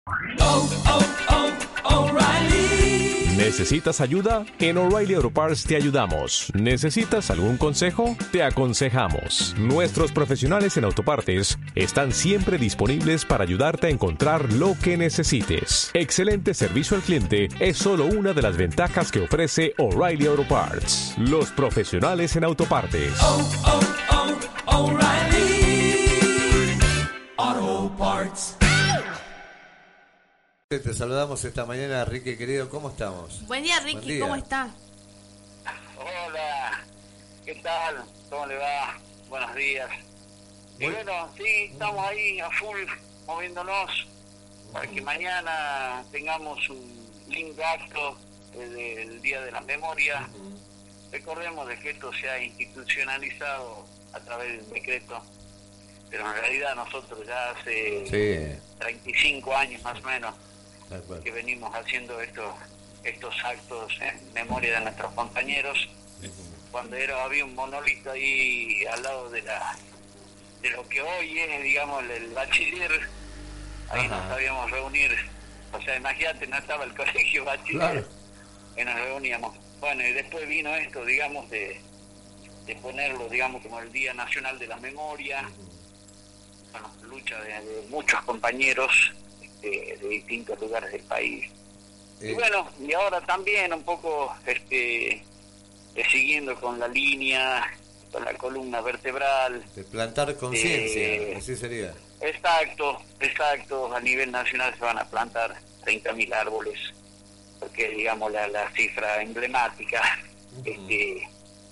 ¿Necesitas ayuda? En O'Reilly Auto Parts te ayudamos. ¿Necesitas algún consejo? Te aconsejamos. Nuestros profesionales en autopartes están siempre disponibles para ayudarte a encontrar lo que necesites. Excelente servicio al cliente es solo una de las ventajas que ofrece O'Reilly Auto Parts. Los profesionales en autopartes. O'Reilly Auto Parts. Te saludamos esta mañana, Ricky querido, ¿cómo estamos? Buen día, Ricky, Buen día. ¿cómo está? Hola, ¿qué tal? ¿Cómo le va? Buenos días. Y bueno, sí, estamos ahí a full moviéndonos para que mañana tengamos un lindo acto del Día de la Memoria. Recordemos de que esto se ha institucionalizado a través de un decreto, pero en realidad nosotros ya hace 35 años más o menos que venimos haciendo estos actos en memoria de nuestros compañeros. Cuando había un monolito ahí al lado de lo que hoy es, digamos, el bachiller, ahí nos sabíamos reunir. O sea, imagínate, no estaba el colegio bachiller, claro, que nos reuníamos. Bueno, y después vino esto, digamos, de ponerlo, digamos, como el Día Nacional de la Memoria. Bueno, lucha de muchos compañeros de distintos lugares del país. Y bueno, y ahora también un poco siguiendo con la línea, con la columna vertebral. De plantar conciencia, así sería. Exacto. A nivel nacional se van a plantar 30.000 árboles, porque digamos la cifra emblemática de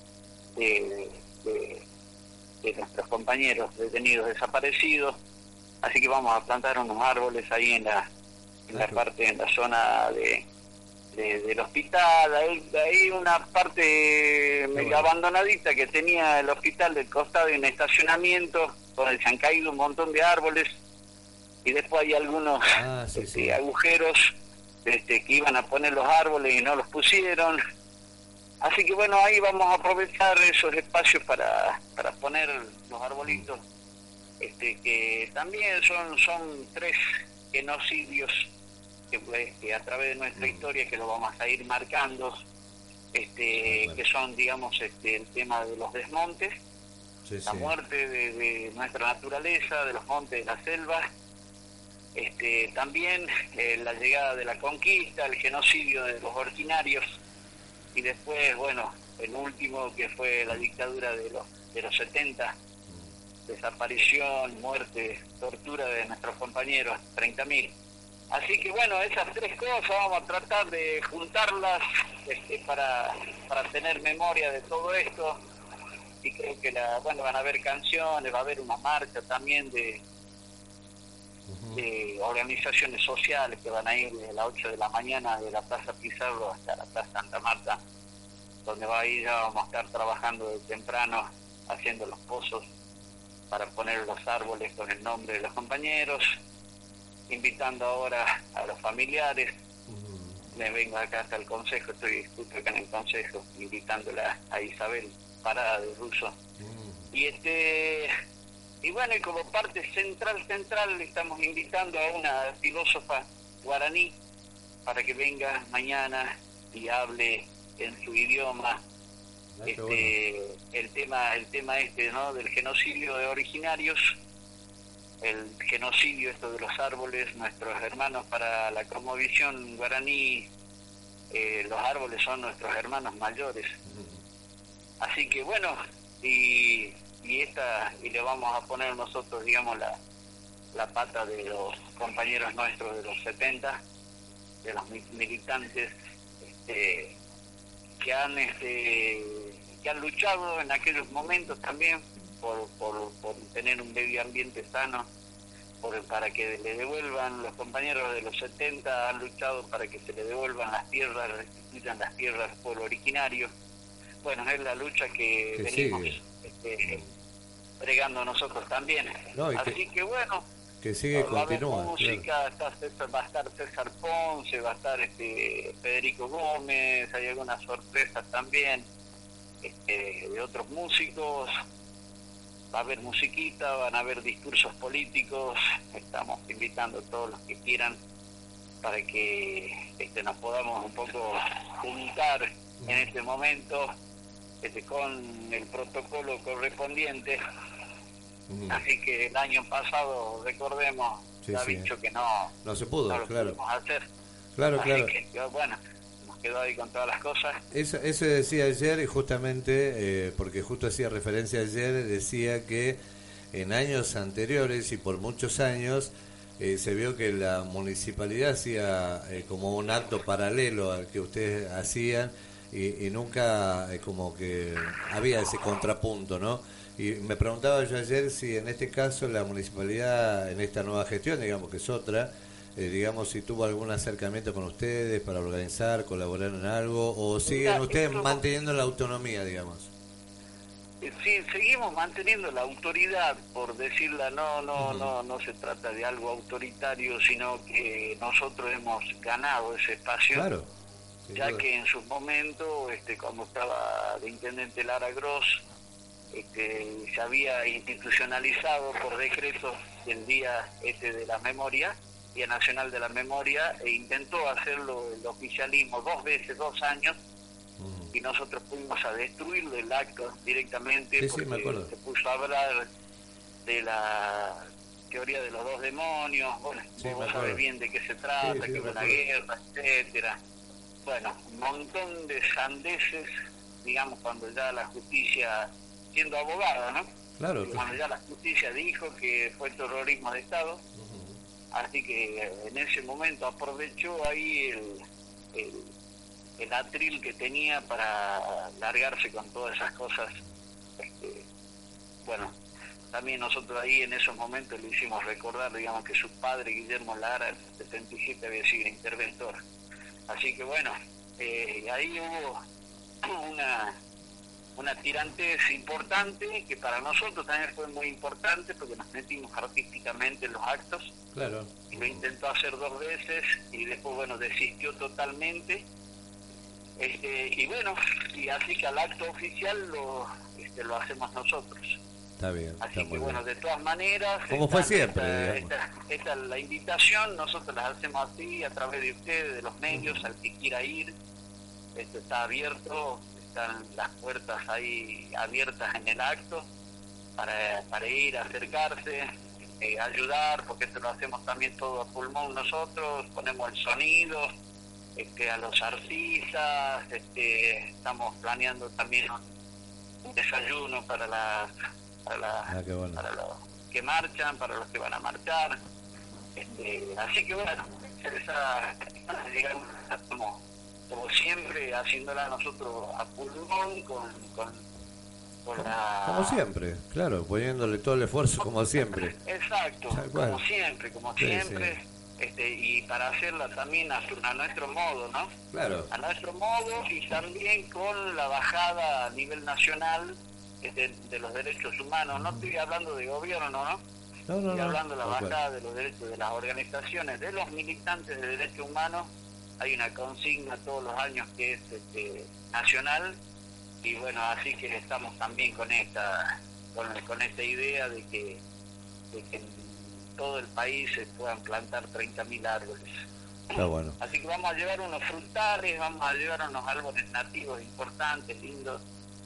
nuestros compañeros detenidos desaparecidos. Así que vamos a plantar unos árboles ahí en la zona del hospital. Ahí una parte medio abandonadita que tenía el hospital del costado, y un estacionamiento donde se han caído un montón de árboles, y después hay algunos agujeros que iban a poner los árboles y no los pusieron. Así que bueno, ahí vamos a aprovechar esos espacios para poner los arbolitos, que también son 3 genocidios que a través de nuestra historia, que lo vamos a ir marcando, que son, digamos, el tema de los desmontes, la muerte de nuestra naturaleza, de los montes, de las selvas, también la llegada de la conquista, el genocidio de los originarios. Y después, bueno, el último, que fue la dictadura de los 70, desaparición, muerte, tortura de nuestros compañeros, 30.000. Así que bueno, esas 3 cosas vamos a tratar de juntarlas para tener memoria de todo esto. Y creo que van a haber canciones, va a haber una marcha también de organizaciones sociales que van a ir desde las 8 de la mañana de la Plaza Pizarro hasta la Plaza Santa Marta, donde ya vamos a estar trabajando de temprano, haciendo los pozos para poner los árboles con el nombre de los compañeros, invitando ahora a los familiares. Me vengo acá hasta el consejo, estoy justo acá en el consejo, invitándola a Isabel Parada de Russo. Y bueno, y como parte central estamos invitando a una filósofa guaraní para que venga mañana y hable en su idioma el tema ¿no?, del genocidio de originarios, el genocidio de los árboles. Nuestros hermanos, para la cosmovisión guaraní, los árboles son nuestros hermanos mayores. Así que bueno, y le vamos a poner nosotros, digamos, la pata de los compañeros nuestros de los 70, de los militantes que han luchado en aquellos momentos también por tener un medio ambiente sano, para que le devuelvan. Los compañeros de los 70 han luchado para que se le devuelvan las tierras, restituyan las tierras al pueblo originario. Bueno, es la lucha que venimos bregando nosotros también. Así que bueno, que sigue, va a haber continúa, música, va a estar César Ponce, va a estar Federico Gómez, hay algunas sorpresas también de otros músicos. Va a haber musiquita, van a haber discursos políticos. Estamos invitando a todos los que quieran para que nos podamos un poco juntar en este momento con el protocolo correspondiente. Así que el año pasado, recordemos, Sí, se ha sí. dicho que No se pudo, no lo claro. pudimos hacer. Claro, Así claro. que, bueno, nos quedó ahí con todas las cosas. Eso decía ayer y justamente, porque justo hacía referencia ayer, decía que en años anteriores y por muchos años se vio que la municipalidad hacía como un acto paralelo al que ustedes hacían y nunca como que había ese contrapunto, ¿no? Y me preguntaba yo ayer si en este caso la municipalidad, en esta nueva gestión, digamos que es otra, digamos si tuvo algún acercamiento con ustedes para organizar, colaborar en algo, o siguen Mira, ustedes esto- manteniendo la autonomía, digamos. Sí, seguimos manteniendo la autoridad, por decirla, no se trata de algo autoritario, sino que nosotros hemos ganado ese espacio, Claro. sin ya duda. que en su momento, cuando estaba de intendente Lara Gross, se había institucionalizado por decreto el Día de la Memoria, Día Nacional de la Memoria, e intentó hacerlo el oficialismo 2 veces, 2 años, y nosotros fuimos a destruirle el acto directamente Sí, sí, me porque acuerdo. se puso a hablar de la teoría de los 2 demonios. Bueno, Sí, me vos acuerdo. sabés bien de qué se trata, Sí, sí, que me fue la acuerdo. guerra, etcétera. Bueno, un montón de sandeces, digamos, cuando ya la justicia, siendo abogada, ¿no? Claro, Y cuando ya la justicia dijo que fue terrorismo de Estado, así que en ese momento aprovechó ahí el atril que tenía para largarse con todas esas cosas. Bueno, también nosotros ahí en esos momentos le hicimos recordar, digamos, que su padre, Guillermo Lara, en el 77 había sido interventor. Así que bueno, ahí hubo una tirantez importante, que para nosotros también fue muy importante, porque nos metimos artísticamente en los actos, claro. y lo intentó hacer 2 veces, y después, bueno, desistió totalmente. Y bueno, y así que al acto oficial lo hacemos nosotros. Está bien, Así está que muy bueno, bien. de todas maneras, Como fue siempre, digamos. esta es la invitación, nosotros la hacemos así a través de ustedes, de los medios, al que quiera ir. Esto está abierto, están las puertas ahí abiertas en el acto para ir, acercarse, ayudar, porque esto lo hacemos también todo a pulmón nosotros, ponemos el sonido, a los artistas, estamos planeando también un desayuno para Qué bueno. para los que marchan, para los que van a marchar. Así que bueno, digamos, como siempre, haciéndola nosotros a pulmón, con la... Como siempre, claro, poniéndole todo el esfuerzo como siempre. Exacto, Tal cual. como Sí, siempre, y para hacerla también a nuestro modo, ¿no? Claro. A nuestro modo, y también con la bajada a nivel nacional de los derechos humanos. No estoy hablando de gobierno, ¿no? No, Estoy hablando de la tal cual. bajada de los derechos de las organizaciones, de los militantes de derechos humanos. Hay una consigna todos los años que es nacional, y bueno, así que estamos también con esta idea de que en todo el país se puedan plantar 30.000 árboles. Está bueno. Así que vamos a llevar unos frutales, vamos a llevar unos árboles nativos importantes, lindos.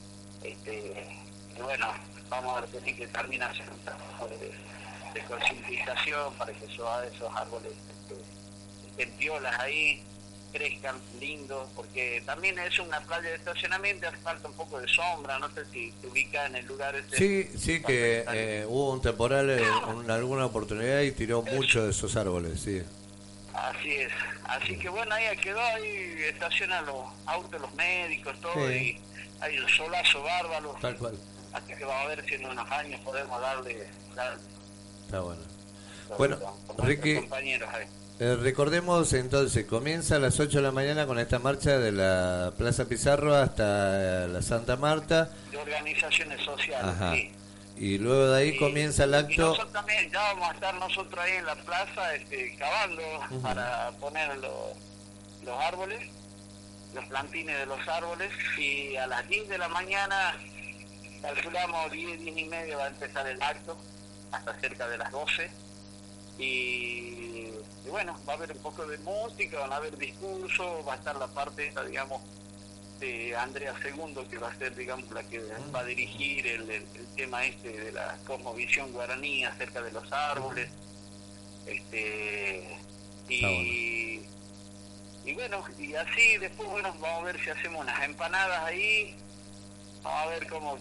Y bueno, vamos a tener que también hacer un trabajo de concientización para que esos árboles estén piolas ahí, crezcan lindos, porque también es una playa de estacionamiento, hace falta un poco de sombra, no sé si se ubica en el lugar ese. Sí, que hubo un temporal en alguna oportunidad y tiró mucho de esos árboles, sí. Así es, así que bueno, ahí quedó, ahí estacionan los autos, los médicos, todo, Sí. y hay un solazo bárbaro, Tal cual. así que vamos a ver si en unos años podemos darle Está bueno. Bueno, con Ricky, nuestros compañeros ahí. recordemos entonces, comienza a las 8 de la mañana con esta marcha de la Plaza Pizarro hasta la Santa Marta. De organizaciones sociales, Ajá. sí. Y luego de ahí Y- comienza el Y acto. nosotros también, ya vamos a estar nosotros ahí en la plaza cavando para poner los árboles, los plantines de los árboles, y a las 10 de la mañana, calculamos 10 y media va a empezar el acto, hasta cerca de las 12, y bueno, va a haber un poco de música, van a haber discursos, va a estar la parte esta, digamos, de Andrea Segundo, que va a ser, digamos, la que va a dirigir el tema este de la cosmovisión guaraní acerca de los árboles, y bueno, y así después, bueno, vamos a ver si hacemos unas empanadas ahí, vamos a ver cómo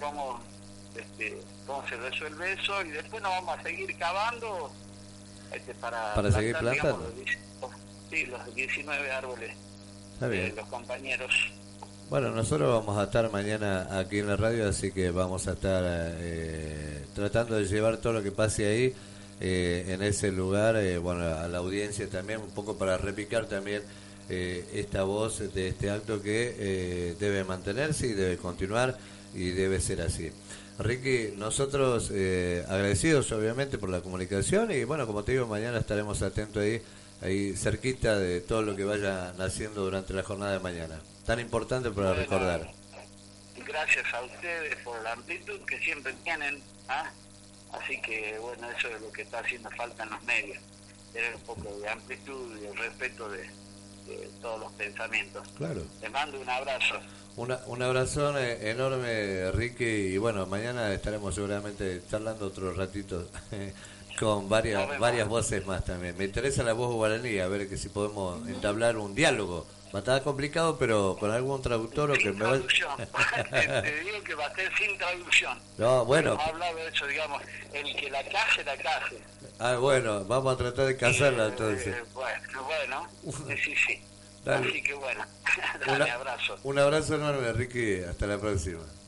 se resuelve eso, y después nos vamos a seguir cavando para seguir plantando, digamos, los 19 árboles de los compañeros. Bueno, nosotros vamos a estar mañana aquí en la radio, así que vamos a estar tratando de llevar todo lo que pase ahí en ese lugar, bueno, a la audiencia también, un poco para repicar también esta voz de este acto que debe mantenerse y debe continuar y debe ser así. Ricky, nosotros agradecidos obviamente por la comunicación y bueno, como te digo, mañana estaremos atentos ahí cerquita de todo lo que vaya naciendo durante la jornada de mañana. Tan importante para recordar. Gracias a ustedes por la amplitud que siempre tienen, así que bueno, eso es lo que está haciendo falta en los medios, tener un poco de amplitud y el respeto de todos los pensamientos. Claro. Les mando un abrazo. Un abrazo enorme, Ricky, y bueno, mañana estaremos seguramente charlando otro ratito con varias voces más también. Me interesa la voz guaraní, a ver que si podemos entablar un diálogo. Va a estar complicado, pero con algún traductor o que me vaya... Te digo que va a ser sin traducción. No, bueno. Hemos hablado de eso, digamos, el que la case, la case. Ah, bueno, vamos a tratar de casarla entonces. Bueno, sí. Dale. Así que bueno, dale, abrazo. Un abrazo enorme, Ricky, hasta la próxima.